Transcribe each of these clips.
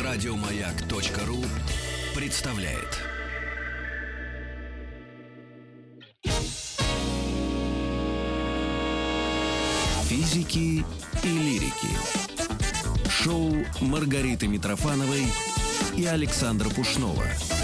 Радиомаяк.ру представляет. Физики и лирики. Шоу Маргариты Митрофановой и Александра Пушнова.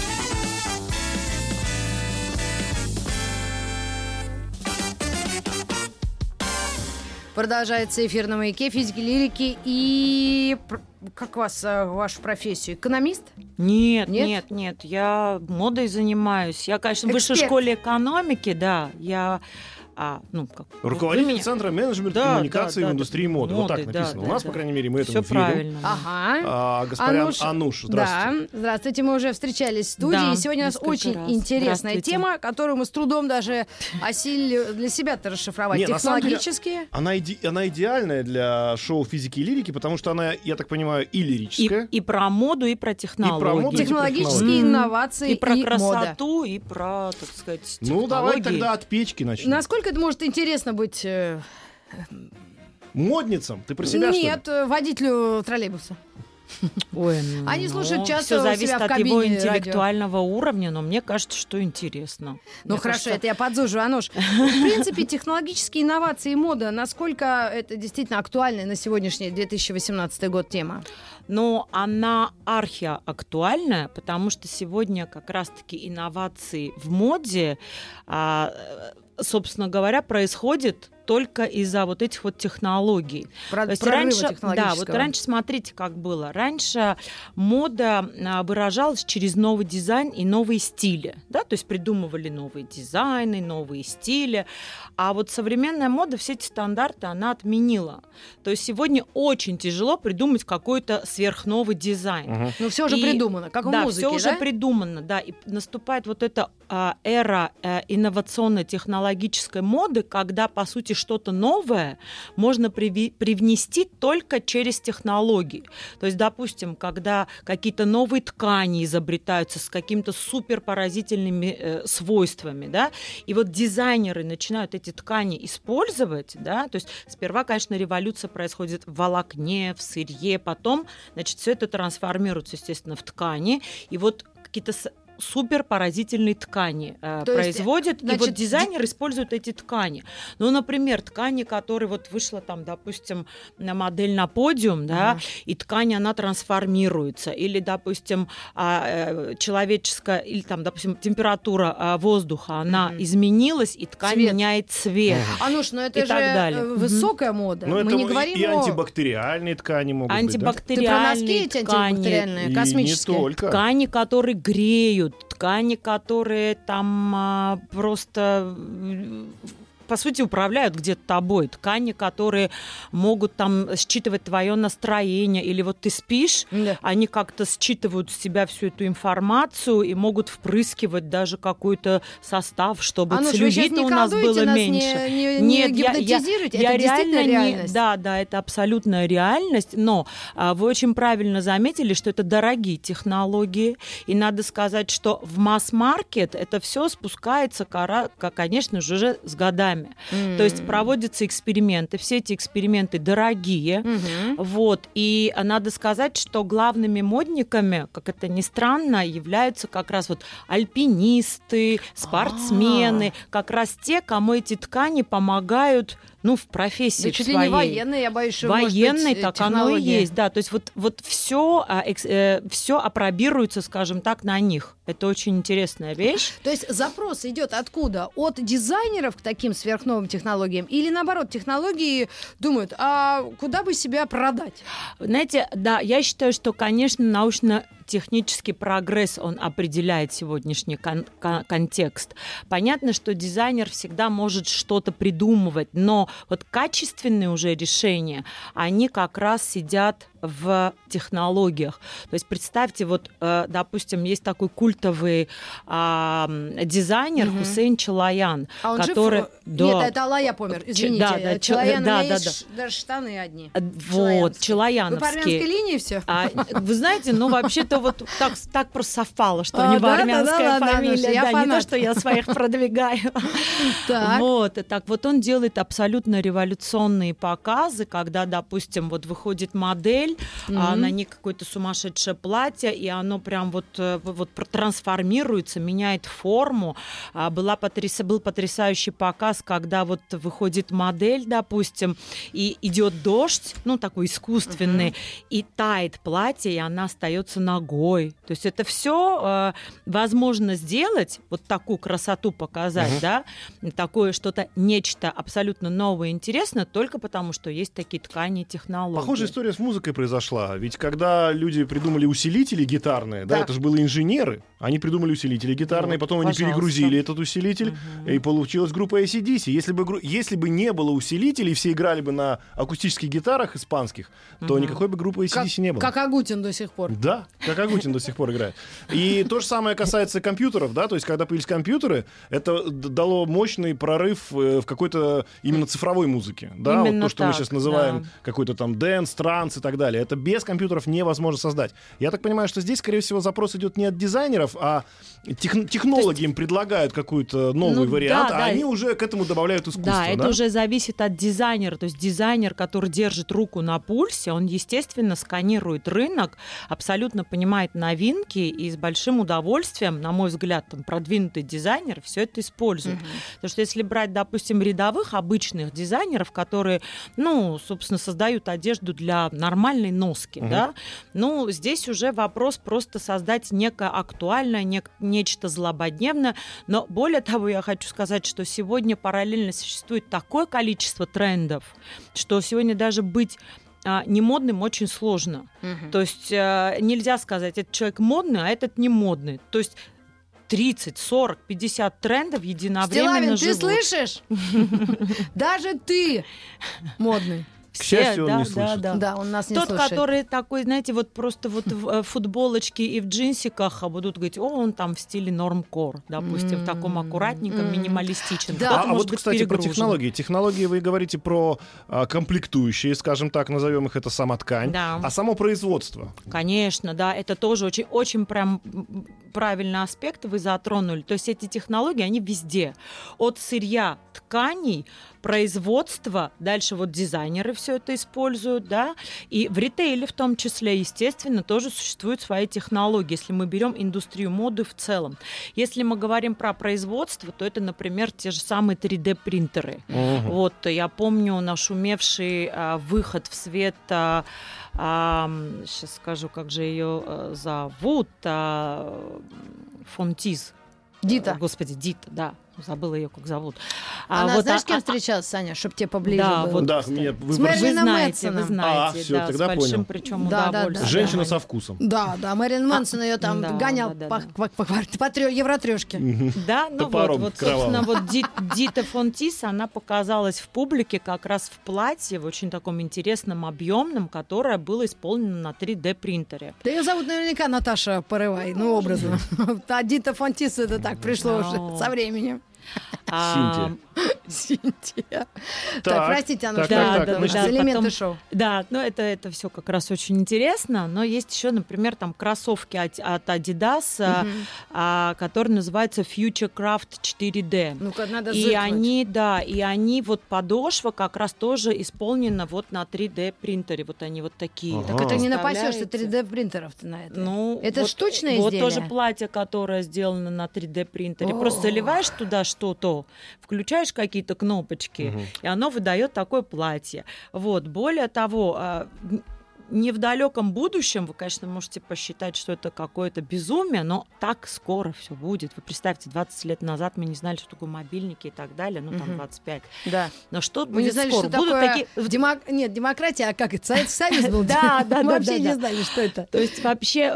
Продолжается эфир на Маяке, физики, лирики и... Как вас, вашу профессию? Экономист? Нет. Я модой занимаюсь. Я, конечно, в высшей школе экономики, да. Я... руководитель Центра менеджмента коммуникации в индустрии моды. Вот так написано. У нас, по крайней мере, мы это все правильно. Господин Ануш, здравствуйте. Да, здравствуйте, мы уже встречались в студии. И сегодня у нас очень интересная тема, которую мы с трудом даже осилили для себя-то расшифровать. Технологические. Она идеальная для шоу физики и лирики, потому что она, я так понимаю, и лирическая. И про моду, и про технологии. Технологические инновации, и про красоту, и про, так сказать, технологии. Ну, давай тогда от печки начнем. Насколько это может интересно быть... Модницам? Ты про себя, Нет, что ли? водителю троллейбуса. Ой, Они слушают часто все у зависит себя в от кабине его радио. интеллектуального уровня, но мне кажется, что интересно. Ну хорошо, это я подзужу, Ануш. В принципе, технологические инновации и мода, насколько это действительно актуальная на сегодняшний 2018 год тема? Но она архиактуальная, потому что сегодня как раз-таки инновации в моде, собственно говоря, происходят только из-за вот этих вот технологий. Раньше, смотрите, как было. Раньше мода выражалась через новый дизайн и новые стили. Да? То есть придумывали новые дизайны, новые стили. А вот современная мода все эти стандарты она отменила. То есть сегодня очень тяжело придумать какой-то сверхновый дизайн. Ну все уже придумано, как в музыке, все уже придумано, да. И наступает вот эта эра инновационной технологической моды, когда, по сути, что-то новое можно привнести только через технологии. То есть, допустим, когда какие-то новые ткани изобретаются с какими-то суперпоразительными свойствами, да, и вот дизайнеры начинают эти ткани использовать, да, то есть сперва, конечно, революция происходит в волокне, в сырье, потом, значит, все это трансформируется, естественно, в ткани, и вот какие-то суперпоразительные ткани производят, значит, и вот дизайнер использует эти ткани. Ну, например, ткани, которые вот вышла там, допустим, на модель на подиум, да, и ткань, она трансформируется, или, допустим, человеческая, или там, допустим, температура воздуха, она изменилась, и ткань меняет цвет. Ануш, но это же высокая мода. Мы не говорим и антибактериальные ткани могут быть, да? Ты про носки эти антибактериальные, космические? Не только. Ткани, которые греют, ткани, которые там просто, по сути, управляют где-то тобой. Ткани, которые могут там считывать твое настроение. Или вот ты спишь, они как-то считывают с себя всю эту информацию и могут впрыскивать даже какой-то состав, чтобы целлюлита у нас было меньше. Нет, гипнотизируйте, это действительно реальность. Да, это абсолютная реальность, но вы очень правильно заметили, что это дорогие технологии, и надо сказать, что в масс-маркет это все спускается, конечно же, уже с годами. То есть проводятся эксперименты, все эти эксперименты дорогие, вот, и надо сказать, что главными модниками, как это ни странно, являются как раз вот альпинисты, спортсмены, как раз те, кому эти ткани помогают, ну, в профессии своей. Чуть ли не военные, я боюсь, что военные, так оно и есть, да, то есть вот все апробируется, скажем так, на них. Это очень интересная вещь. То есть запрос идет откуда? От дизайнеров к таким сверхновым технологиям? Или наоборот, технологии думают, а куда бы себя продать? Знаете, да, я считаю, что, конечно, научно-технический прогресс, он определяет сегодняшний контекст. Понятно, что дизайнер всегда может что-то придумывать, но вот качественные уже решения, они как раз сидят в технологиях. То есть представьте, вот, допустим, есть такой культовый дизайнер Хусейн Чалаян, он который... жив? Нет, это Алла, я помер, извините. Чалаян, у меня есть даже штаны одни. Вот, чалаяновские. Вы по армянской линии все? Вы знаете, ну, вообще-то просто вот так просто совпало, что у него армянская фамилия. Да, не то, что я своих продвигаю. Вот, и так вот он делает абсолютно революционные показы, когда, допустим, вот выходит модель, на ней какое-то сумасшедшее платье, и оно прям вот трансформируется, меняет форму. Был потрясающий показ, когда вот выходит модель, допустим, и идет дождь, ну, такой искусственный, и тает платье, и она остается ногой. То есть это все возможно сделать, вот такую красоту показать, да, такое что-то, нечто абсолютно новое и интересное, только потому, что есть такие ткани и технологии. Похожая история с музыкой произошла. Ведь когда люди придумали усилители гитарные, да, это же были инженеры, они придумали усилители гитарные, потом они перегрузили этот усилитель, и получилась группа AC/DC. Если бы не было усилителей, все играли бы на акустических гитарах испанских, то никакой бы группы AC/DC не было. Как Агутин до сих пор. Да, как Агутин до сих пор играет. И то же самое касается компьютеров, да, то есть когда появились компьютеры, это дало мощный прорыв в какой-то именно цифровой музыке, да, вот то, что мы сейчас называем какой-то там дэнс, транс и так далее. Это без компьютеров невозможно создать. Я так понимаю, что здесь, скорее всего, запрос идет не от дизайнеров, а технологи им предлагают какой-то новый вариант, а они уже к этому добавляют искусство. Да, это уже зависит от дизайнера. То есть дизайнер, который держит руку на пульсе, он, естественно, сканирует рынок, абсолютно понимает новинки и с большим удовольствием, на мой взгляд, там, продвинутый дизайнер все это использует. Потому что если брать, допустим, рядовых обычных дизайнеров, которые, ну, собственно, создают одежду для нормальной носки, да, ну, здесь уже вопрос просто создать некое актуальное, нечто злободневное. Но более того, я хочу сказать, что сегодня параллельно существует такое количество трендов, что сегодня даже быть не модным очень сложно. То есть нельзя сказать, этот человек модный, а этот не модный. То есть 30, 40, 50 трендов единовременно живут. Стилавин, ты слышишь? Даже ты модный. К счастью, он не слышит. Да, он нас не слышит. Тот, который такой, знаете, вот просто вот в футболочке и в джинсиках, а будут говорить, он там в стиле нормкор, допустим, в таком аккуратненьком, минималистичном. Да. А вот, кстати, про технологии. Технологии вы говорите про комплектующие, скажем так, назовем их, это сама ткань. Да. А само производство? Конечно, да, это тоже очень, очень прям правильный аспект вы затронули. То есть эти технологии, они везде. От сырья тканей, производства, дальше вот дизайнеры все это используют, да, и в ритейле в том числе, естественно, тоже существуют свои технологии, если мы берем индустрию моды в целом. Если мы говорим про производство, то это, например, те же самые 3D-принтеры. Вот, я помню нашумевший выход в свет, сейчас скажу, как же ее зовут, Фонтиз. Дита. Господи, Дита, да. Забыла ее, как зовут. Она, знаешь, с кем встречалась, Саня, чтобы тебе поближе было? Вот, да, с Мэрилином Мэнсоном. Вы знаете, все, да, тогда с большим понял. причем удовольствием. Женщина со вкусом. Да, Мэрилин Мэнсон ее там гонял по евротрёшке. Да, ну вот, собственно, вот Дита Фонтис, она показалась в публике как раз в платье, в очень таком интересном, объемном, которое было исполнено на 3D-принтере. Да ее зовут наверняка Наташа Порывай, ну, образно. А Дита Фонтис, это так пришло уже со временем. Синтия. Так, простите, Анна, элементы шоу. Да, ну это все как раз очень интересно, но есть еще, например, там кроссовки от Adidas, которые называются Futurecraft 4D. Ну-ка, надо зыкнуть. И они вот подошва как раз тоже исполнена вот на 3D принтере, вот они вот такие. Так это не напасешься 3D принтеров-то на это. Ну, это вот, штучное изделие? Вот тоже платье, которое сделано на 3D принтере. Просто заливаешь туда что-то, включаешь какие-то кнопочки, и оно выдает такое платье. Вот. Более того, не в далеком будущем, вы, конечно, можете посчитать, что это какое-то безумие, но так скоро все будет. Вы представьте, 20 лет назад мы не знали, что такое мобильники и так далее, ну там 25. Да. Но что мы будет не знали, скоро? Что такое Нет, демократия, а как это? Советский Союз был? Да. Мы вообще не знали, что это. То есть вообще,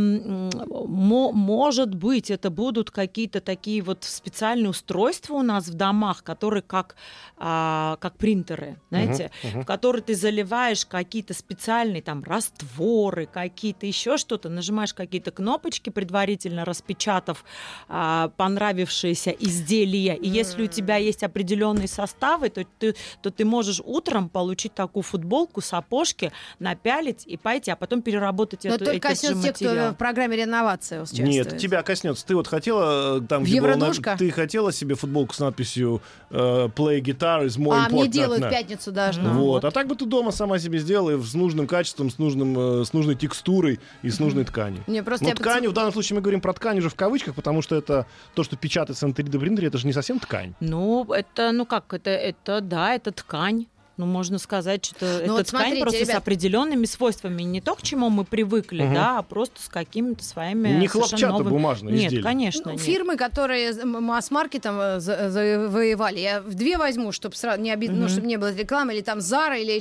может быть, это будут какие-то такие вот специальные устройства у нас в домах, которые как принтеры, знаете, в которые ты заливаешь какие-то специальные там растворы какие-то, еще что-то, нажимаешь какие-то кнопочки, предварительно распечатав понравившееся изделие, и если у тебя есть определенные составы, то ты можешь утром получить такую футболку, сапожки, напялить и пойти, а потом переработать этот же материал. Но только коснется тех, кто в программе реновации участвует. Нет, тебя коснется. Ты вот хотела там, где было, ты хотела себе футболку с надписью Play Guitar is more important. Мне делают в пятницу даже. Вот. А так бы ты дома сама себе сделала с нужным качеством, с нужной текстурой и с нужной тканью. Ткань, в данном случае мы говорим про ткань уже в кавычках, потому что это то, что печатается на 3D принтере, это же не совсем ткань. Это ткань. Можно сказать, что это ткань просто ребят, с определенными свойствами. Не то, к чему мы привыкли, а просто с какими-то своими не хлопчатобумажные изделия. Нет, конечно, нет. Фирмы, которые масс-маркетом завоевали, я в две возьму, чтобы сразу не обидно, чтобы не было рекламы, или там Zara, или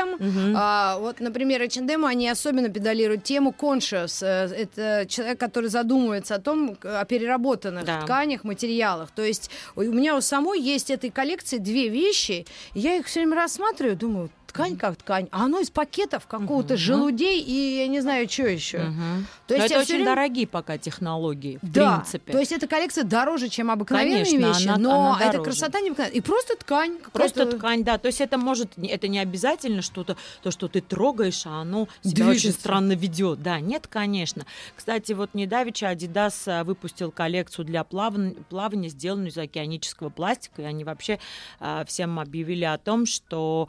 H&M. Вот, например, H&M, они особенно педалируют тему conscious. Это человек, который задумывается о переработанных тканях, материалах. То есть у меня у самой есть этой коллекции две вещи, и я их все время рассматриваю, думаю, ткань как ткань, а оно из пакетов какого-то желудей и я не знаю, что еще. То есть это очень дорогие пока технологии, в принципе. То есть эта коллекция дороже, чем обыкновенные вещи, но эта красота необыкновенная. И просто ткань. Просто ткань, да. То есть это не обязательно что-то, то, что ты трогаешь, а оно себя очень странно ведет. Да, нет, конечно. Кстати, вот недавеча Adidas выпустил коллекцию для плавания, сделанную из океанического пластика, и они вообще всем объявили о том, что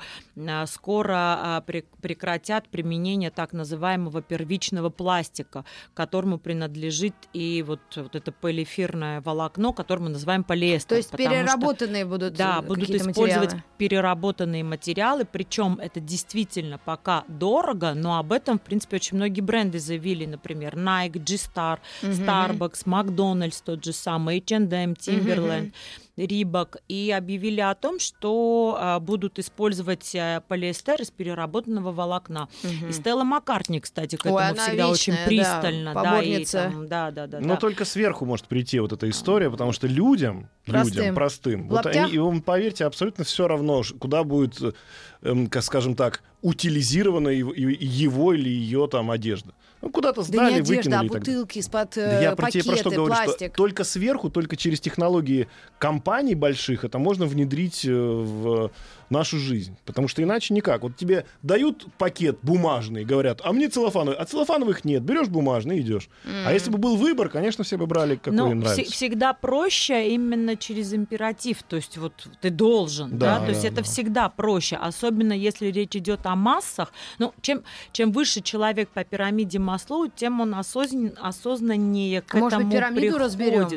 скоро прекратят применение так называемого первичного пластика, к которому принадлежит и вот это полиэфирное волокно, которое мы называем полиэстер. То есть переработанные будут использовать материалы. Переработанные материалы, причем это действительно пока дорого, но об этом, в принципе, очень многие бренды заявили, например, Nike, G-Star, Starbucks, McDonald's, тот же самый, H&M, Timberland, Reebok, и объявили о том, что будут использовать полиэстер из переработанного волокна. И Стелла Маккартни, кстати, к этому всегда вечная, очень пристально. Поборница. Но только сверху может прийти вот эта история, потому что людям простым, им, поверьте, абсолютно все равно, куда будет, скажем так, утилизирована его или ее там одежда. Куда-то сдали, выкинули. Бутылки из-под пакеты, пластик. Что только сверху, только через технологии компаний больших это можно внедрить в нашу жизнь. Потому что иначе никак. Вот тебе дают пакет бумажный, говорят, а мне целлофановый. А целлофановых нет. Берешь бумажный и идешь. А если бы был выбор, конечно, все бы брали, какой им нравится. Всегда проще именно через императив. То есть вот ты должен. То есть это всегда проще. Особенно если речь идет о массах. Чем выше человек по пирамиде Маслоу, тем он осознаннее к этому может быть, пирамиду разберем?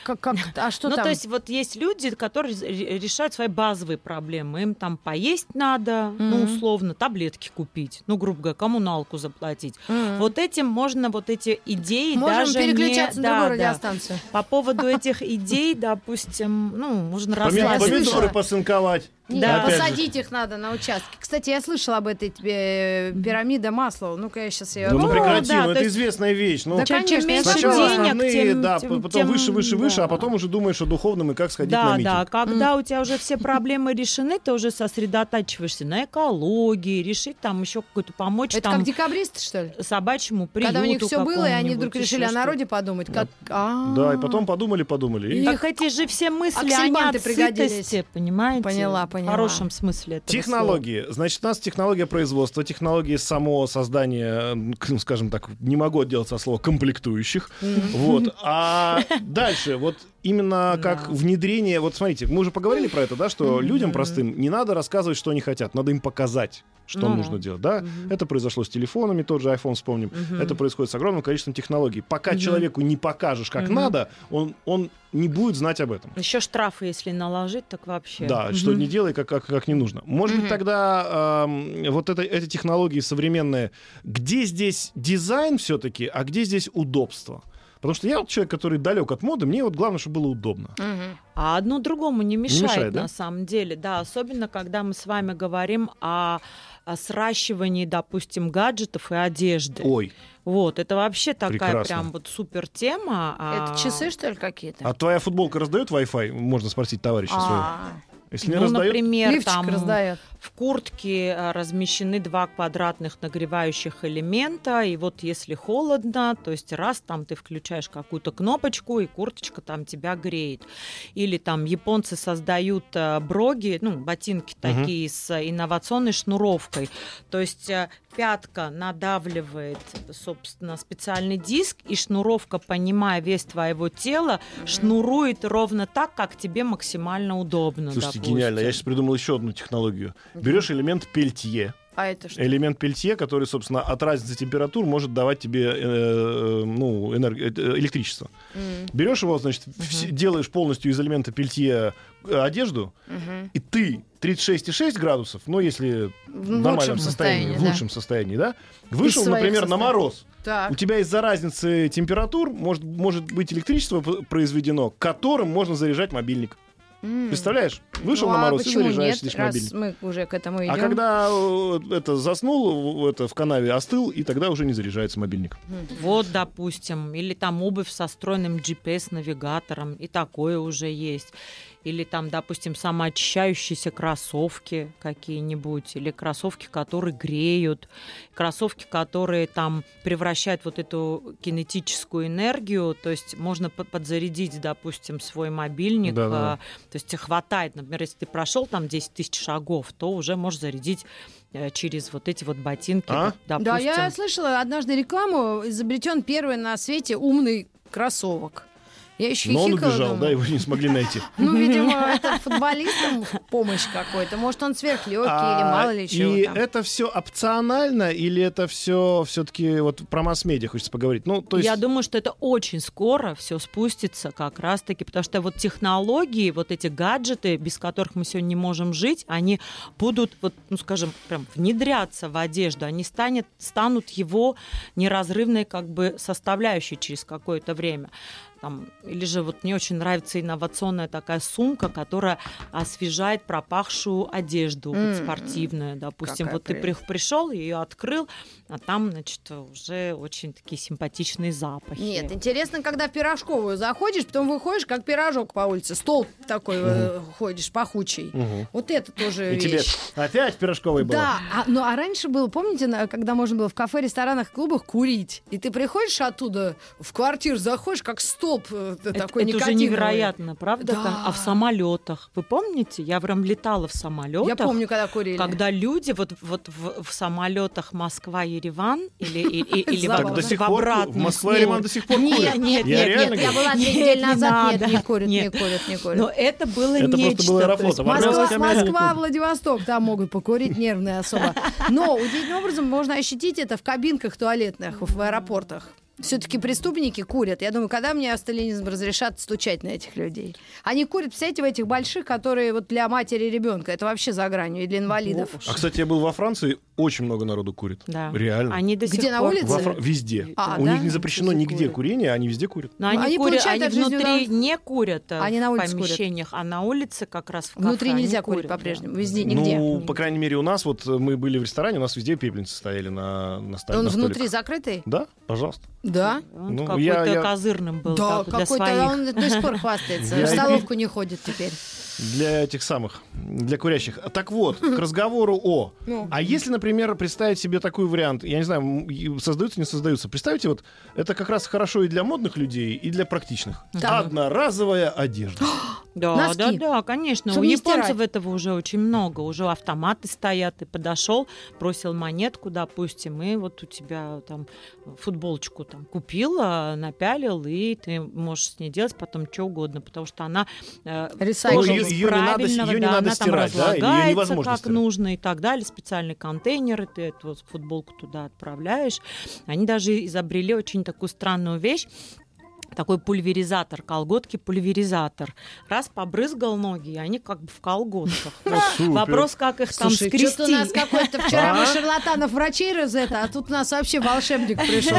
А что там? То есть вот есть люди, которые решают свои базовые проблемы. Им там поесть надо, условно, таблетки купить, грубо говоря, коммуналку заплатить. Вот этим можно эти идеи можем переключаться на другую радиостанцию. По поводу этих идей, допустим, можно расслабиться. Помидоры посынковать. Посадить их надо на участке. Кстати, я слышала об этой пирамиде Маслоу. Ну-ка, я сейчас ее... прекрати, это известная вещь. Чем меньше сначала денег, потом выше, а потом уже думаешь о духовном и как сходить на митинг. Да, когда у тебя уже все проблемы решены, ты уже сосредотачиваешься на экологии, решить там еще какую-то помочь. Это как декабристы, что ли? Собачьему приюту. Когда у них все было, и они вдруг решили о народе подумать. Да, и потом подумали. Так эти же все мысли, они от сытости, понимаете? Поняла. В хорошем смысле этого технологии. слова. Значит, у нас технология производства, технологии самого создания, скажем так, не могу отделаться от слова комплектующих. Вот. А дальше, именно как внедрение... Вот смотрите, мы уже поговорили про это, да, что людям простым не надо рассказывать, что они хотят, надо им показать, что нужно делать, да? Это произошло с телефонами, тот же iPhone вспомним. Это происходит с огромным количеством технологий. Пока человеку не покажешь, как надо, он не будет знать об этом. Еще штрафы, если наложить, так вообще. Да, что не делай, как не нужно. Может быть, тогда эти технологии современные, где здесь дизайн все-таки, а где здесь удобство? Потому что я человек, который далек от моды, мне главное, чтобы было удобно. А одно другому не мешает, да? На самом деле. Да, особенно, когда мы с вами говорим о сращивании, допустим, гаджетов и одежды. Ой. Это вообще такая прекрасно. Прям супер тема. Это часы, что ли, какие-то? А твоя футболка раздает Wi-Fi? Можно спросить товарища своего. Если не раздает, например, лифчик раздает. В куртке размещены 2 квадратных нагревающих элемента, и вот если холодно, то есть раз там ты включаешь какую-то кнопочку, и курточка там тебя греет. Или там японцы создают броги, ботинки такие с инновационной шнуровкой. То есть пятка надавливает, собственно, специальный диск, и шнуровка, понимая вес твоего тела, шнурует ровно так, как тебе максимально удобно. Слушайте, допустим. гениально. Я сейчас придумал еще одну технологию. Берешь элемент пельтье. А это что? Элемент пельтье, который, собственно, от разницы температур может давать тебе электричество. Берешь его, значит, делаешь полностью из элемента пельтье одежду, и ты 36,6 градусов, если в нормальном состоянии, в лучшем состоянии, да, вышел, например, на мороз. Так. У тебя из-за разницы температур может быть электричество произведено, которым можно заряжать мобильник. Представляешь? Вышел на мороз и заряжаешь лишь мобильник. Мы уже к этому идем. А когда заснул в канаве, остыл, и тогда уже не заряжается мобильник. Вот, допустим, или там обувь со встроенным GPS-навигатором, и такое уже есть. Или там, допустим, самоочищающиеся кроссовки какие-нибудь, или кроссовки, которые греют, кроссовки, которые там превращают вот эту кинетическую энергию, то есть можно подзарядить, допустим, свой мобильник, то есть тебе хватает, например, если ты прошел там 10 тысяч шагов, то уже можешь зарядить через вот эти вот ботинки. Допустим. Да, я слышала однажды рекламу, изобретен первый на свете умный кроссовок. Я еще Но он убежал, да, его не смогли найти. Видимо, это футболистам помощь какой-то. Может, он сверхлегкий или мало ли чего. И это все опционально, или это все-таки вот про масс-медиа хочется поговорить? Я думаю, что это очень скоро все спустится как раз-таки, потому что вот технологии, вот эти гаджеты, без которых мы сегодня не можем жить, они будут, скажем, прям внедряться в одежду, они станут его неразрывной составляющей через какое-то время. Или же мне очень нравится инновационная такая сумка, которая освежает пропахшую одежду спортивную, допустим. Какая ты пришел, ее открыл, а там, уже очень такие симпатичные запахи. Нет, интересно, когда в пирожковую заходишь, потом выходишь, как пирожок по улице, столб такой ходишь, пахучий. Вот это тоже и вещь. тебе опять пирожковый был. Да, а раньше было, помните, когда можно было в кафе, ресторанах, клубах курить, и ты приходишь оттуда, в квартиру заходишь, как столб такой никотиновый. Это уже невероятно, правда? Да. А в самолетах, вы помните? Я прям летала в самолетах. Я помню, когда курили. Когда люди в самолетах Москва-Ереван или Так до сих в пор обратную в Москва-Ереван до сих пор курят. Нет, я была 2 недели назад, не курят. Но это было это нечто. просто было Аэрофлотом. Москва, Владивосток, там могут покурить, нервные особо. Но удивительным образом можно ощутить это в кабинках туалетных в аэропортах. Все-таки преступники курят. Я думаю, когда мне сталинизм разрешат стучать на этих людей? Они курят, представляете, в этих больших, которые для матери и ребенка. Это вообще за гранью, и для инвалидов. А, кстати, я был во Франции, очень много народу курит. Да. Реально. Они до сих Где, на пор... улице? Везде. да? У них не запрещено нигде курение, они везде курят. Но они внутри не курят они на в улице помещениях, а на улице как раз в кафе. Внутри нельзя курить по-прежнему, везде, нигде. По крайней мере, у нас, мы были в ресторане, у нас везде пепельницы стояли на столиках. Он внутри закрытый? Да, пожалуйста. Да? Какой-то козырным был. Да, для своих. Он до сих пор хвастается. В столовку не ходит теперь. Для для курящих. Так вот, к разговору А если, например, представить себе такой вариант, я не знаю, создаются, не создаются, представьте, это как раз хорошо и для модных людей, и для практичных. Да. Одноразовая одежда. Да, конечно. Чтобы у не японцев стирать. этого уже очень много. Уже автоматы стоят. Ты подошел, бросил монетку, допустим, и вот у тебя там футболочку купил, напялил, и ты можешь с ней делать потом что угодно, потому что она Ресайклинг. Её не надо она стирать, там да? Или её разлагается невозможно как стирать? нужно и так далее. Специальные контейнеры, ты эту футболку туда отправляешь. Они даже изобрели очень такую странную вещь. Такой пульверизатор, колготки-пульверизатор. Раз побрызгал ноги, и они как бы в колготках. Вопрос, как их там скрести. Что-то у нас какой-то вчера мы шарлатанов врачей а тут у нас вообще волшебник пришел.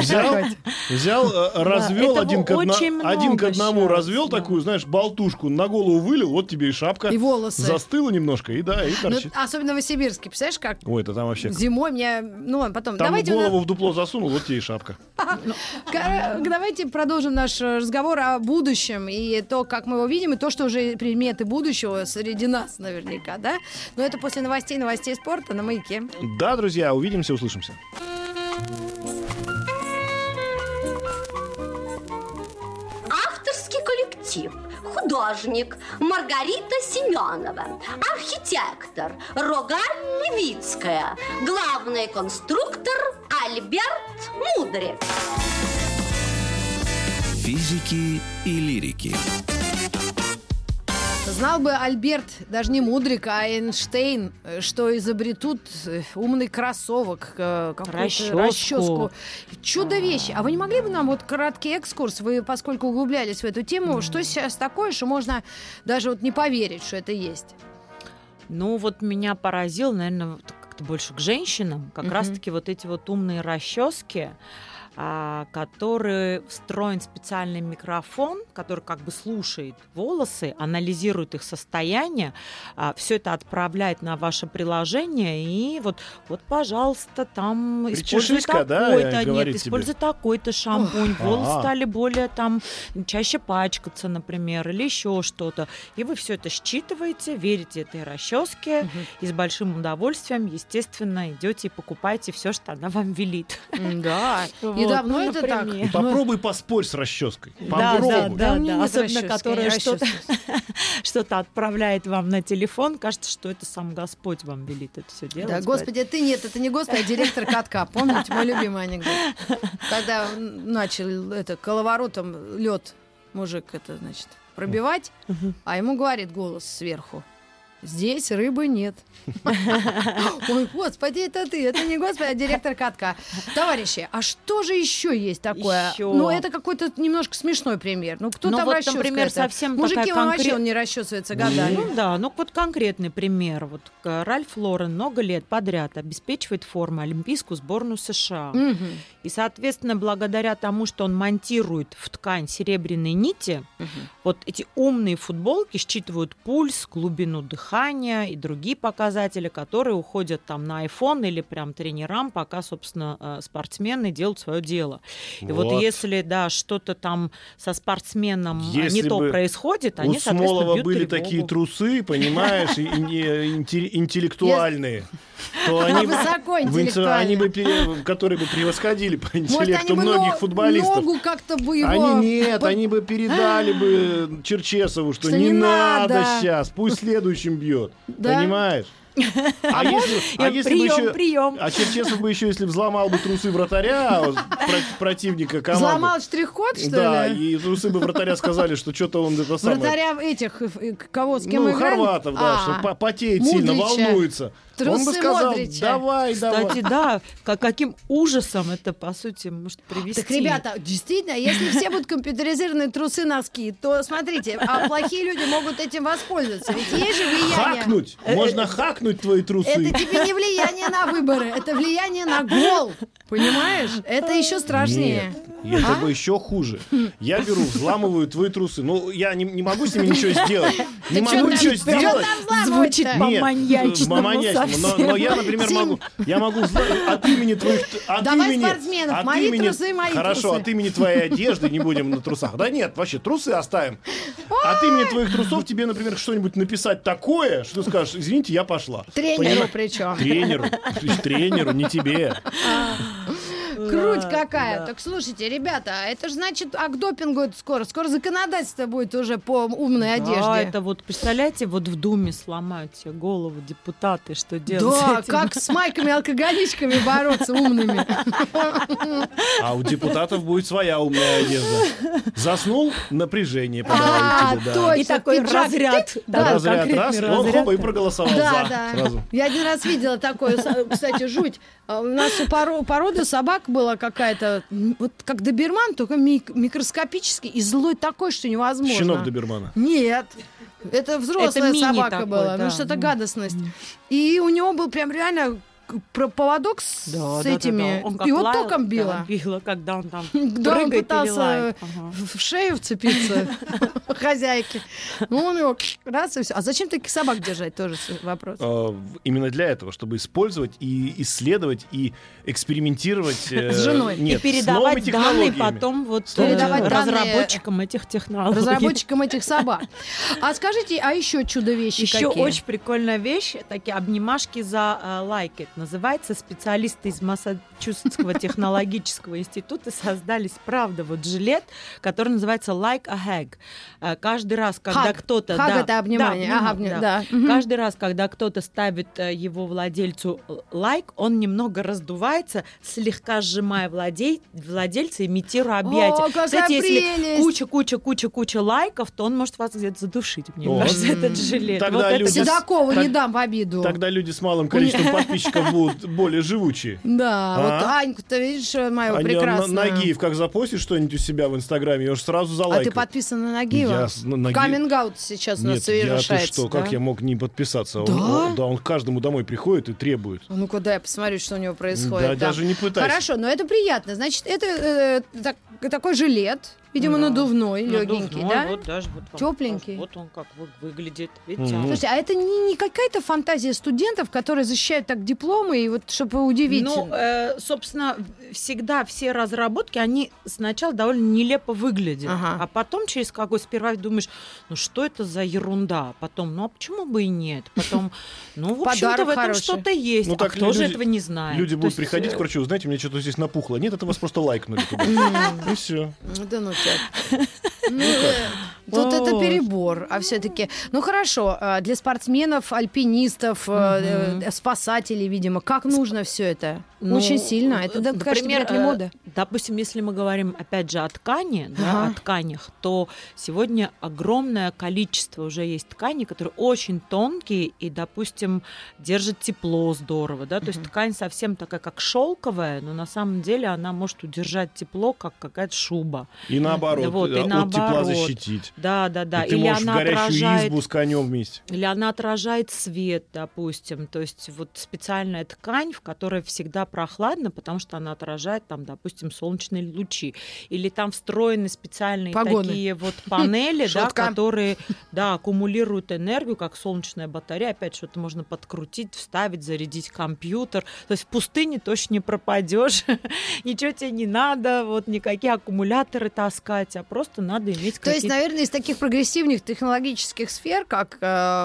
Взял, развел один к одному, щас, развел такую, знаешь, болтушку, на голову вылил, вот тебе и шапка. И волосы. Застыла немножко, и торчит. Особенно в Новосибирске, представляешь, как Ой, это там вообще... зимой мне... потом. Там Давайте голову в дупло засунул, вот тебе и шапка. Давайте продолжим наш разговор о будущем и то, как мы его видим, и то, что уже предметы будущего среди нас наверняка, да? Но это после новостей спорта на Маяке. Да, друзья, увидимся, услышимся. Авторский коллектив. Художник Маргарита Семенова. Архитектор Рогаль Левицкая. Главный конструктор Альберт Мудрев. Физики и лирики. Знал бы Альберт, даже не Мудрик, а Эйнштейн, что изобретут умный кроссовок, какую-то расческу. Чудо вещи. А вы не могли бы нам вот краткий экскурс, вы, поскольку углублялись в эту тему, что сейчас такое, что можно даже вот не поверить, что это есть? Ну, вот меня поразил, наверное, как-то больше к женщинам, как раз-таки вот эти вот умные расчески, который встроен специальный микрофон, который как бы слушает волосы, анализирует их состояние, все это отправляет на ваше приложение, и вот пожалуйста, там используй такой-то, используй такой-то шампунь, волосы стали более там чаще пачкаться, например, или еще что-то. И вы все это считываете, верите этой расческе, и с большим удовольствием, естественно, идете и покупаете все, что она вам велит. Да. И давно это так. И попробуй поспорь с расческой. Да, особенно которая что-то отправляет вам на телефон, кажется, что это сам Господь вам велит это все делать. Да, Господи, это не Господь, а директор катка. Помните мой любимый анекдот? Когда начал коловоротом лед мужик пробивать, а ему говорит голос сверху: здесь рыбы нет. Ой, Господи, это ты, это не Господи, а директор катка. Товарищи, а что же еще есть такое? Ну, это какой-то немножко смешной пример. Ну, кто там расчесывается? Например, совсем мужики, вообще он не расчесывается годами. Ну да, вот конкретный пример. Вот Ральф Лорен много лет подряд обеспечивает формой олимпийскую сборную США. И, соответственно, благодаря тому, что он монтирует в ткань серебряные нити, вот эти умные футболки считывают пульс, глубину дыхания и другие показатели, которые уходят там на iPhone или прям тренерам, пока, собственно, спортсмены делают свое дело. И вот если, что-то там со спортсменом не то происходит, они, соответственно, у Смолова бьют были тревогу. такие трусы, понимаешь, интеллектуальные. То они бы, которые бы превосходили по интеллекту многих футболистов. Ногу как-то бы его... Они бы передали бы Черчесову, что не надо сейчас, пусть следующим бьет. Понимаешь? А Черчесов бы еще, если взломал бы трусы вратаря противника команды. Взломал штрих-код, что ли? Да, и трусы бы вратаря сказали, что что-то он это самое... Вратаря кого, с кем играли? Хорватов, что потеет сильно, волнуется. Он бы сказал, давай. Кстати, да, каким ужасом это, по сути, может привести. Так, ребята, действительно, если все будут компьютеризированные трусы-носки, то, смотрите, а плохие люди могут этим воспользоваться. Ведь есть же влияние... Хакнуть! Можно хакнуть твои трусы. Это тебе не влияние на выборы, это влияние на гол. Понимаешь? Это еще страшнее. Нет, это бы еще хуже. Я беру, взламываю твои трусы. Ну, я не могу с ними ничего сделать. Не могу ничего сделать. Звучит по-маньячному. Но я, например, могу от имени твоих... Давай спортсменов, мои трусы, мои трусы. Хорошо, от имени твоей одежды не будем на трусах. Да нет, вообще, трусы оставим. От имени твоих трусов тебе, например, что-нибудь написать такое, что ты скажешь: извините, я пошла. Тренеру причем. Тренеру, не тебе. Круть какая. Да. Так слушайте, ребята, это же значит, а к допингу это скоро законодательство будет уже по умной одежде. Да, это вот, представляете, вот в Думе сломают себе голову депутаты, что делать да, с этим? как с майками-алкоголичками бороться умными. А у депутатов будет своя умная одежда. Заснул, напряжение подавай тебе. Точно, и такой разряд. Разряд, раз, хоба, и проголосовал за сразу. Я один раз видела такое, кстати, жуть. У нас у породы собак была какая-то, вот как доберман, только микроскопический и злой такой, что невозможно. Щенок добермана? Нет. Это взрослая собака такой, была, да. что это гадостность. И у него был прям реально поводок с этими. Он Его током било. Било, когда он там Да, он прыгает или пытался лает. в шею вцепиться хозяйки. Ну, он его раз и все. А зачем таких собак держать? Тоже вопрос. Именно для этого, чтобы использовать и исследовать, и экспериментировать с женой. И передавать данные потом разработчикам этих технологий. Разработчикам этих собак. А скажите, а еще чудо-вещи еще какие? Очень прикольная вещь. Такие обнимашки за Like It. Называется. Специалисты из Массачусетского технологического института создали, правда, вот жилет, который называется Like a Hug. Каждый раз, когда кто-то... Hug — это обнимание. Каждый раз, когда кто-то ставит его владельцу лайк, он немного раздувается, слегка сжимая владельца, имитируя объятия. О, какая кстати, прелесть! если куча лайков, то он может вас где-то задушить, мне кажется, этот жилет. Седокову не дам в обиду. Тогда люди с малым количеством подписчиков будут более живучие. Да, вот Аньку-то, видишь, мою прекрасную. Нагиев как запостит что-нибудь у себя в Инстаграме, я уж сразу залайкаю. А ты подписан на Нагиева? Каминг-аут сейчас у нас совершается. Нет, что, как я мог не подписаться? Да? Он каждому домой приходит и требует. А ну-ка, дай я посмотрю, что у него происходит. Да, даже не пытайся. Хорошо, но это приятно. Значит, это такой жилет, видимо, надувной, легенький, да? Вот даже тепленький. Вот он как выглядит. Видите? Слушайте, а это не какая-то фантазия студентов, которые защищают так дипломы, и вот чтобы удивить? Ну, собственно, всегда все разработки, они сначала довольно нелепо выглядят, а потом через сперва думаешь, ну что это за ерунда? Потом, ну а почему бы и нет? Потом, ну, в общем-то, в этом что-то есть. Ну, а кто же этого не знает? Люди будут приходить к врачу, знаете, мне что-то здесь напухло. Нет, это вас просто лайкнули туда. И все. Да ну тебя. Тут это перебор, а все-таки... Ну хорошо, для спортсменов, альпинистов, спасателей, видимо, как нужно все это? Очень сильно. Это, конечно, вряд ли мода. Допустим, если мы говорим, опять же, о ткани, о тканях, то сегодня огромное количество уже есть тканей, которые очень тонкие и, допустим, держат тепло здорово, да, то есть ткань совсем такая, как шелковая, но на самом деле она может удержать тепло, как какая-то шуба. И наоборот, вот, и от тепла защитить. Да. И ты можешь в горящую избу с конем вместе. Или она отражает свет, допустим. То есть вот специальная ткань, в которой всегда прохладно, потому что она отражает, там, допустим, солнечные лучи. Или там встроены специальные такие вот панели, да, которые аккумулируют энергию, как солнечная батарея. Опять что-то можно подкрутить, вставить, зарядить компьютер. То есть в пустыне точно не пропадешь. Ничего тебе не надо, вот никакие аккумуляторы таскать, а просто надо иметь какие-то... То есть, наверное, из таких прогрессивных технологических сфер, как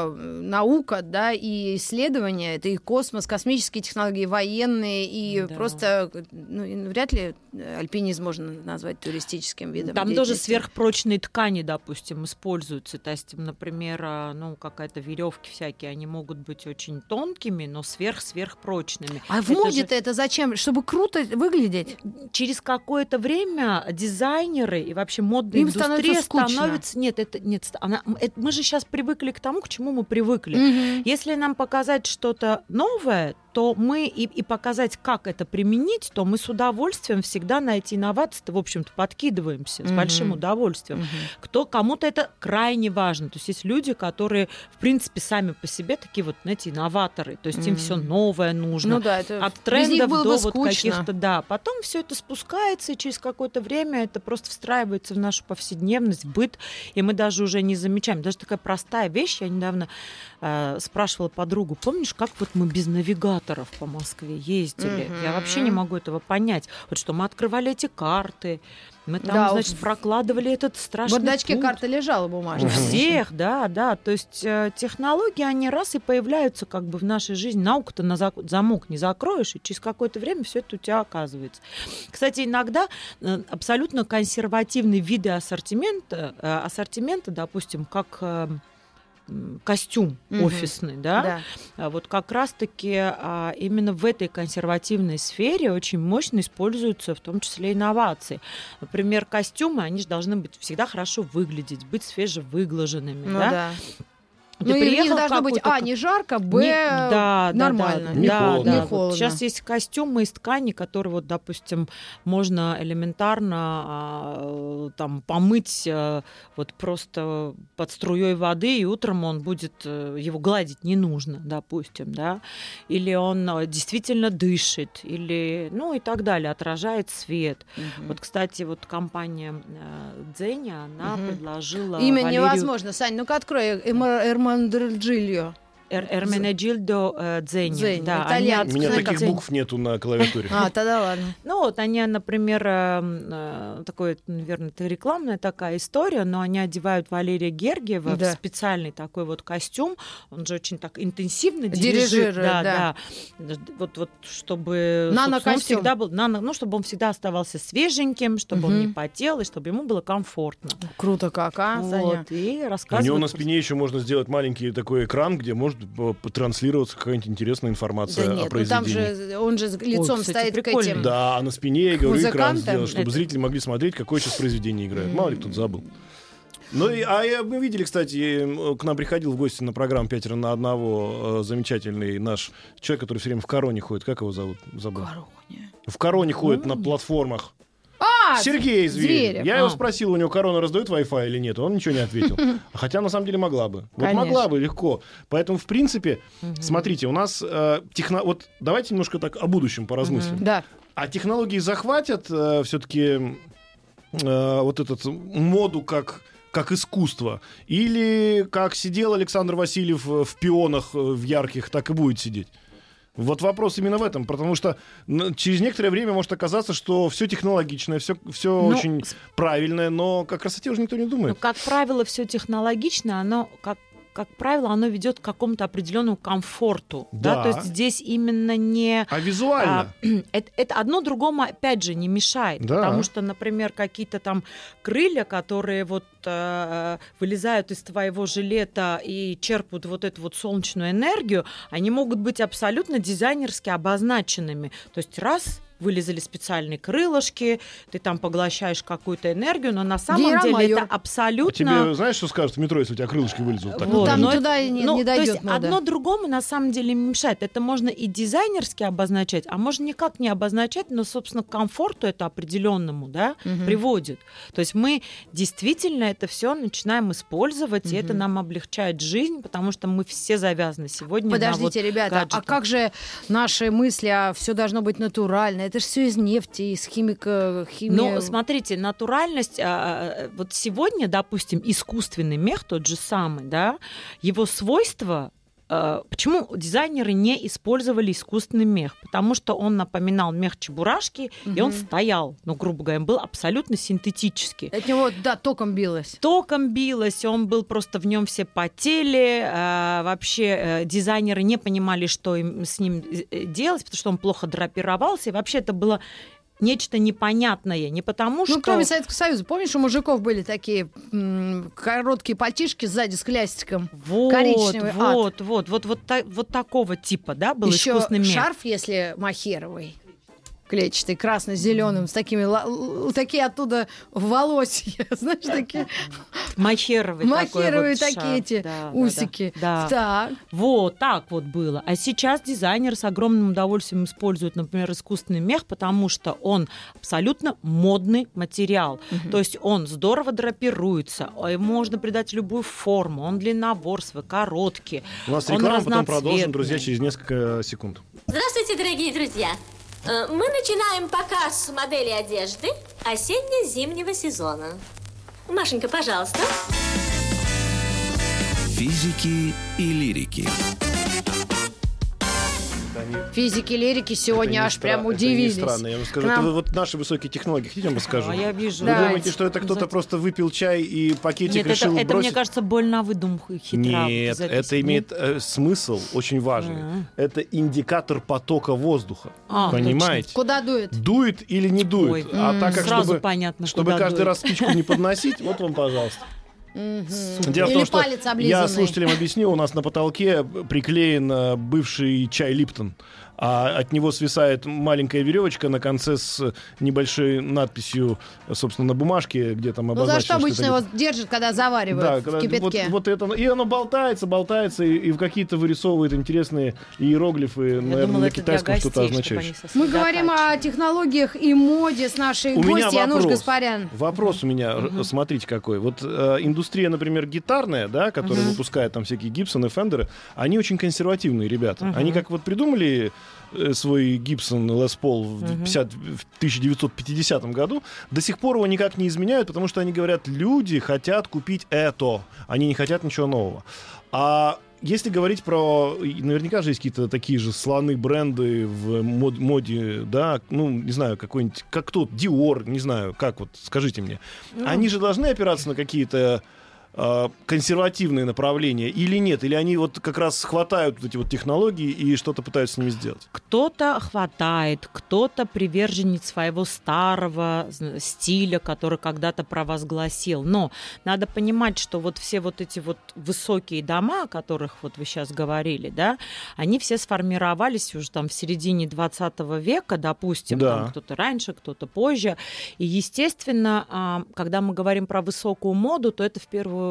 наука, да, и исследования, это и космос, космические технологии, военные, и просто, вряд ли альпинизм можно назвать туристическим видом. Там тоже сверхпрочные ткани, допустим, используются. То есть, например, какая-то веревки всякие, они могут быть очень тонкими, но сверхпрочными. А в моде-то это зачем? Чтобы круто выглядеть? Через какое-то время дизайнеры и вообще модная индустрия становится... Нет, мы же сейчас привыкли к тому, к чему мы привыкли. Если нам показать что-то новое, то мы и показать, как это применить, то мы с удовольствием всегда на эти инновации-то, в общем-то, подкидываемся с большим удовольствием. Кому-то это крайне важно. То есть есть люди, которые, в принципе, сами по себе такие вот, знаете, инноваторы. То есть им все новое нужно. Ну да, это от трендов до вот каких-то, да. Потом все это спускается, и через какое-то время это просто встраивается в нашу повседневность, в быт, и мы даже уже не замечаем. Даже такая простая вещь, я недавно спрашивала подругу, помнишь, как вот мы без навигаторов по Москве ездили? Я вообще не могу этого понять. Вот что мы открывали эти карты, мы там, значит, прокладывали этот страшный путь. В бардачке карта лежала бумажная. Всех, да. То есть технологии, они раз и появляются как бы в нашей жизни. Науку-то на замок не закроешь, и через какое-то время все это у тебя оказывается. Кстати, иногда абсолютно консервативные виды ассортимента, допустим, как... костюм офисный, да? Вот как раз-таки именно в этой консервативной сфере очень мощно используются в том числе инновации. Например, костюмы, они же должны быть всегда хорошо выглядеть, быть свежевыглаженными, да? Ну, и не должно быть, не жарко, нормально. Не холодно. Вот сейчас есть костюмы из ткани, которые, вот, допустим, можно элементарно там помыть вот просто под струей воды, и утром он будет, его гладить не нужно, допустим, да, или он действительно дышит, или, ну и так далее, отражает свет. Вот, кстати, вот компания Zegna, она предложила Имя Валерию... невозможно, Сань, ну-ка открой, Эрманджилио. Эрменегильдо Zegna. Да, у меня таких букв нету на клавиатуре. Тогда ладно. Ну вот они, например, такой, наверное, это рекламная такая история, но они одевают Валерия Гергиева в специальный такой вот костюм. Он же очень так интенсивно дирижирует. Да. Вот чтобы он всегда был, чтобы он всегда оставался свеженьким, чтобы он не потел, и чтобы ему было комфортно. Круто как, Саня? И у него на спине еще можно сделать маленький такой экран, где может транслироваться какая-нибудь интересная информация о произведении. Там же он же лицом стоит к этим. Да, а на спине, я говорю, экран сделать, чтобы зрители могли смотреть, какое сейчас произведение играет. Мало ли кто-то забыл. Ну, мы видели, кстати, к нам приходил в гости на программу «Пятеро на одного» замечательный наш человек, который все время в короне ходит. Как его зовут? Забыл. В короне ходит на платформах. Сергей Зверев. Я его спросил, у него корона раздает Wi-Fi или нет, он ничего не ответил. Хотя, на самом деле, могла бы. Вот могла бы, легко. Поэтому, в принципе, смотрите, у нас вот давайте немножко так о будущем поразмыслим. Да. А технологии захватят все-таки вот этот моду как искусство? Или как сидел Александр Васильев в пионах в ярких, так и будет сидеть? Вот вопрос именно в этом, потому что через некоторое время может оказаться, что все технологичное, все очень правильное, но о красоте уже никто не думает. Как правило, все технологичное, оно как правило, оно ведет к какому-то определенному комфорту. Да. То есть здесь именно не... А визуально? Это одно другому, опять же, не мешает. Да. Потому что, например, какие-то там крылья, которые вот вылезают из твоего жилета и черпают вот эту вот солнечную энергию, они могут быть абсолютно дизайнерски обозначенными. То есть раз... вылезали специальные крылышки, ты там поглощаешь какую-то энергию, но на самом деле это абсолютно... Тебе знаешь, что скажут в метро, если у тебя крылышки вылезут? Вот, там туда не дойдет. То есть одно другому на самом деле не мешает. Это можно и дизайнерски обозначать, а можно никак не обозначать, но, собственно, к комфорту это определенному, да, приводит. То есть мы действительно это все начинаем использовать, и это нам облегчает жизнь, потому что мы все завязаны сегодня Подождите, на вот ребята, гаджетах. А как же наши мысли, все должно быть натурально? Это же все из нефти, из химии. Ну, смотрите, натуральность, вот сегодня, допустим, искусственный мех, тот же самый, да, его свойства. Почему дизайнеры не использовали искусственный мех? Потому что он напоминал мех чебурашки, и он стоял, ну, грубо говоря, был абсолютно синтетический. От него, током билось. Током билось, он был просто в нем все потели. Вообще дизайнеры не понимали, что им с ним делать, потому что он плохо драпировался. И вообще это было нечто непонятное, не потому что... Ну, кроме Советского Союза. Помнишь, у мужиков были такие короткие пальтишки сзади с классиком? Коричневый Вот такого типа, да, был еще искусственный мех. Шарф, если махеровый, клетчатый, красно-зеленым, с такими оттуда волосья, знаешь, такие... Махеровые такие эти усики. Да. Так. Вот так вот было. А сейчас дизайнеры с огромным удовольствием используют, например, искусственный мех, потому что он абсолютно модный материал. То есть он здорово драпируется, ему можно придать любую форму, он длинноборствый, короткий. У нас реклама, потом продолжим, друзья, через несколько секунд. Здравствуйте, дорогие друзья! Мы начинаем показ модели одежды осенне-зимнего сезона. Машенька, пожалуйста. Физики и лирики. Физики, лирики сегодня аж прям удивились. Это не странно, я вам скажу. Это вот наши высокие технологии. Хотите, я вам расскажу? Я вижу. Вы думаете, что это кто-то просто выпил чай и пакетик решил бросить? Это, мне кажется, больно выдумка хитра. Нет, это имеет смысл очень важный. Это индикатор потока воздуха. Понимаете? Точно. Куда дует? Дует или не дует. А так как, сразу понятно, чтобы каждый раз спичку не подносить, вот вам, пожалуйста. Дело в том, что я слушателям объясню, у нас на потолке приклеен бывший чай Липтон. а от него свисает маленькая веревочка на конце с небольшой надписью, собственно, на бумажке, где там обозначено. За что обычно его держат, когда заваривают в кипятке? Вот это, и оно болтается, и в какие-то вырисовывает интересные иероглифы, наверное, на китайском что-то означающее. Мы говорим о технологиях и моде с нашей гостьей Ануш Гаспарян. Вопрос у меня, смотрите какой. Вот индустрия, например, гитарная, да, которая выпускает там всякие Гибсоны, Фендеры, они очень консервативные ребята. Они как вот придумали свой Гибсон Лес Пол в 1950 году, до сих пор его никак не изменяют, потому что они говорят, люди хотят купить это, они не хотят ничего нового. А если говорить про... Наверняка же есть какие-то такие же слоны бренды в моде, да, ну, не знаю, какой-нибудь... Как кто? Dior, не знаю, как вот, скажите мне. Они же должны опираться на какие-то консервативные направления или нет? Или они вот как раз хватают вот эти вот технологии и что-то пытаются с ними сделать? Кто-то хватает, кто-то приверженец своего старого стиля, который когда-то провозгласил. Но надо понимать, что вот все вот эти вот высокие дома, о которых вот вы сейчас говорили, да, они все сформировались уже там в середине 20 века, допустим, да. Там кто-то раньше, кто-то позже. И, естественно, когда мы говорим про высокую моду, то это в первую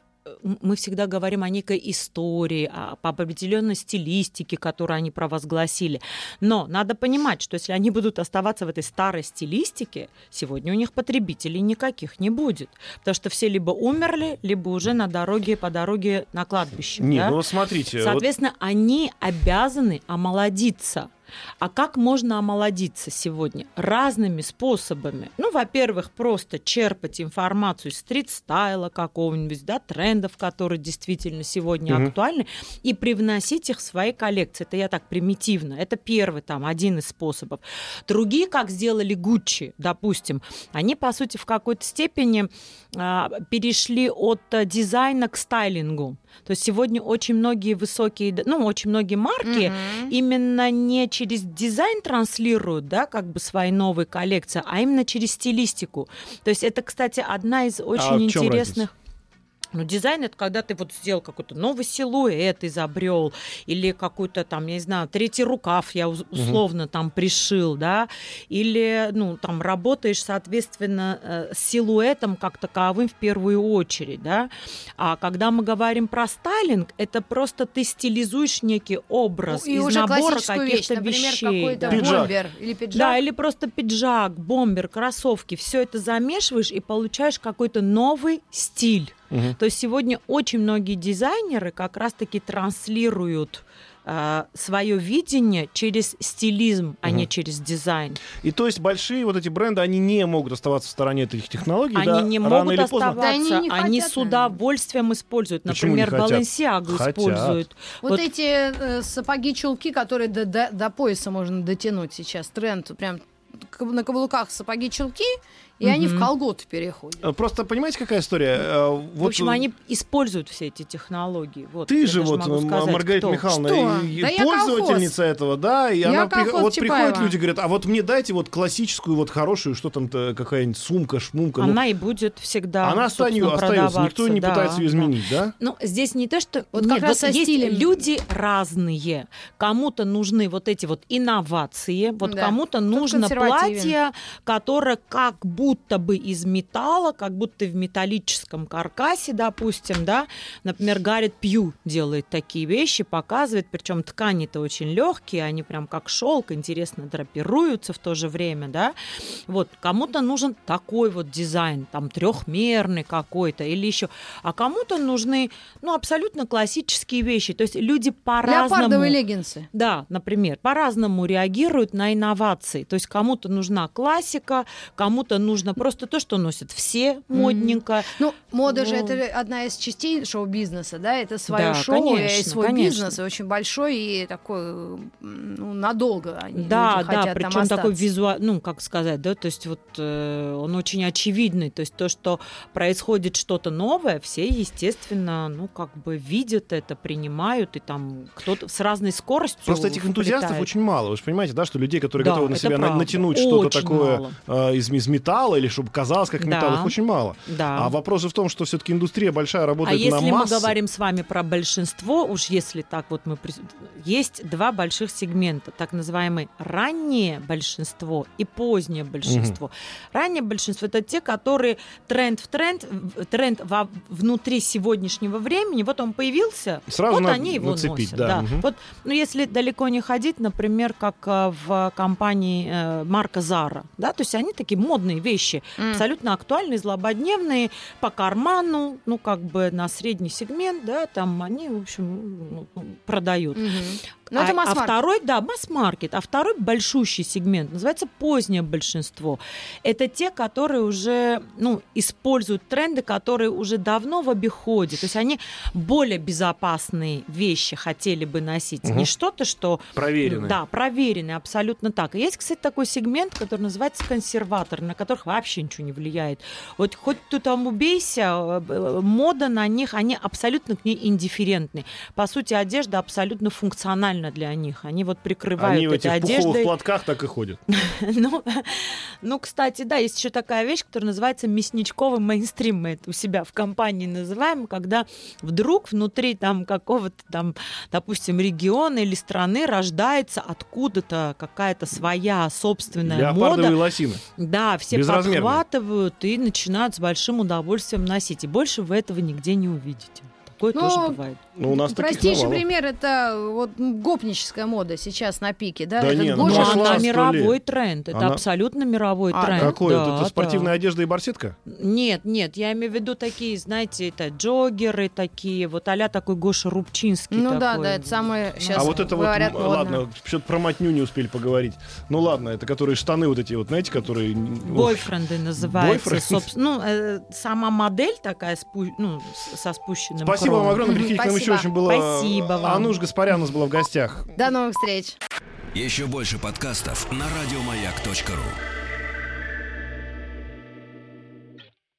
мы всегда говорим о некой истории, по определенной стилистике, которую они провозгласили. Но надо понимать, что если они будут оставаться в этой старой стилистике, сегодня у них потребителей никаких не будет. Потому что все либо умерли, либо уже по дороге на кладбище. Нет, да? ну смотрите. Соответственно, они обязаны омолодиться. А как можно омолодиться сегодня? Разными способами. Ну, во-первых, просто черпать информацию из стрит-стайла какого-нибудь, да, трендов, которые действительно сегодня актуальны, и привносить их в свои коллекции. Это я так примитивно. Это первый, там, один из способов. Другие, как сделали Gucci, допустим, они, по сути, в какой-то степени перешли от дизайна к стайлингу. То есть сегодня очень многие очень многие марки именно не через дизайн транслируют, да, как бы свои новые коллекции, а именно через стилистику. То есть это, кстати, одна из очень интересных... Ну, дизайн — это когда ты вот сделал какой-то новый силуэт, изобрел, или какой-то там, я не знаю, третий рукав я условно там пришил, да, или, ну, там работаешь, соответственно, с силуэтом как таковым в первую очередь, да. А когда мы говорим про стайлинг, это просто ты стилизуешь некий образ из набора каких-то вещей. Например, какой-то бомбер или пиджак. Да, или просто пиджак, бомбер, кроссовки. Все это замешиваешь и получаешь какой-то новый стиль. То есть сегодня очень многие дизайнеры как раз-таки транслируют свое видение через стилизм, а не через дизайн. И то есть большие вот эти бренды, они не могут оставаться в стороне этих технологий, они да? не могут оставаться, они с удовольствием используют. Например, Balenciaga используют. Вот эти сапоги-чулки, которые до пояса можно дотянуть сейчас, тренд, прям на каблуках сапоги-чулки, и они в колготы переходят. Просто понимаете, какая история? В общем, они используют все эти технологии. Вот, ты же вот, Маргарита Михайловна, пользовательница этого, да, и она вот приходят люди, говорят, а вот мне дайте вот классическую, вот хорошую, что там какая-нибудь сумка, шмумка. Она и будет всегда, она остается, никто не пытается ее изменить, да? Ну, здесь не то, что... Вот как раз есть люди разные. Кому-то нужны вот эти вот инновации, вот кому-то нужно платье, которое как будто бы из металла, как будто в металлическом каркасе, допустим, да. Например, Гаррет Пью делает такие вещи, показывает, причем ткани-то очень легкие, они прям как шелк, интересно драпируются в то же время, да. Вот, кому-то нужен такой вот дизайн, там, трехмерный какой-то или еще, а кому-то нужны, ну, абсолютно классические вещи, то есть люди по-разному... Леопардовые леггинсы. Да, например, по-разному реагируют на инновации, то есть кому-то нужна классика, кому-то нужно просто то, что носят все модненько. Ну, мода же это одна из частей шоу-бизнеса, да, это свое шоу, конечно, и свой бизнес, и очень большой, и такой, ну, надолго они хотят там остаться. Причем такой ну, как сказать, да, то есть вот он очень очевидный, то есть то, что происходит что-то новое, все, естественно, ну, как бы видят это, принимают, и там кто-то с разной скоростью Просто этих энтузиастов очень мало, вы же понимаете, да, что людей, которые готовы на себя натянуть что-то такое из металла, или чтобы казалось как металл, их очень мало. Да. А вопрос в том, что все-таки индустрия большая работает на массы. А если мы говорим с вами про большинство, уж если так вот есть два больших сегмента, так называемое раннее большинство и позднее большинство. Раннее большинство — это те, которые тренд внутри сегодняшнего времени, вот он появился, сразу вот они его носят. Да. Вот, если далеко не ходить, например, как в компании марка Zara, да, то есть они такие модные вещи, абсолютно актуальные, злободневные, по карману, на средний сегмент, да, там они, в общем, продают. Это масс-маркет. Второй, масс-маркет. А второй большущий сегмент называется позднее большинство. Это те, которые уже используют тренды, которые уже давно в обиходе. То есть они более безопасные вещи хотели бы носить. Не что-то, что... Проверенные. Да, проверенные, абсолютно так. И есть, кстати, такой сегмент, который называется консерватор, на которых вообще ничего не влияет. Вот хоть ты там убейся, мода на них, они абсолютно к ней индифферентны. По сути, одежда абсолютно функциональна для них. Они вот прикрывают они этой одеждой. Они в этих пуховых платках так и ходят. Кстати, да, есть еще такая вещь, которая называется мясничковый мейнстрим. Мы это у себя в компании называем, когда вдруг внутри там какого-то там, допустим, региона или страны рождается откуда-то какая-то своя собственная мода. Леопардовые лосины. Да, все подхватывают и начинают с большим удовольствием носить. И больше вы этого нигде не увидите. Такое тоже бывает. У нас простейший пример — это вот гопническая мода сейчас на пике, да? Да нет, она мировой тренд. Это абсолютно мировой тренд. Какой? Это спортивная одежда и барсетка? Нет, я имею в виду такие, знаете, это джоггеры такие, вот а-ля такой Гоша Рубчинский. Да, это самое сейчас а вот это говорят, вот, ладно, что-то про мотню не успели поговорить. Ладно, это которые штаны вот эти вот, знаете, которые... Бойфренды называются. Сама модель такая, со спущенным кровом. Спасибо вам огромное, приходите к нам еще, очень было... Спасибо вам. Ануш Гаспарян у нас была в гостях. До новых встреч. Еще больше подкастов на радиомаяк.ру.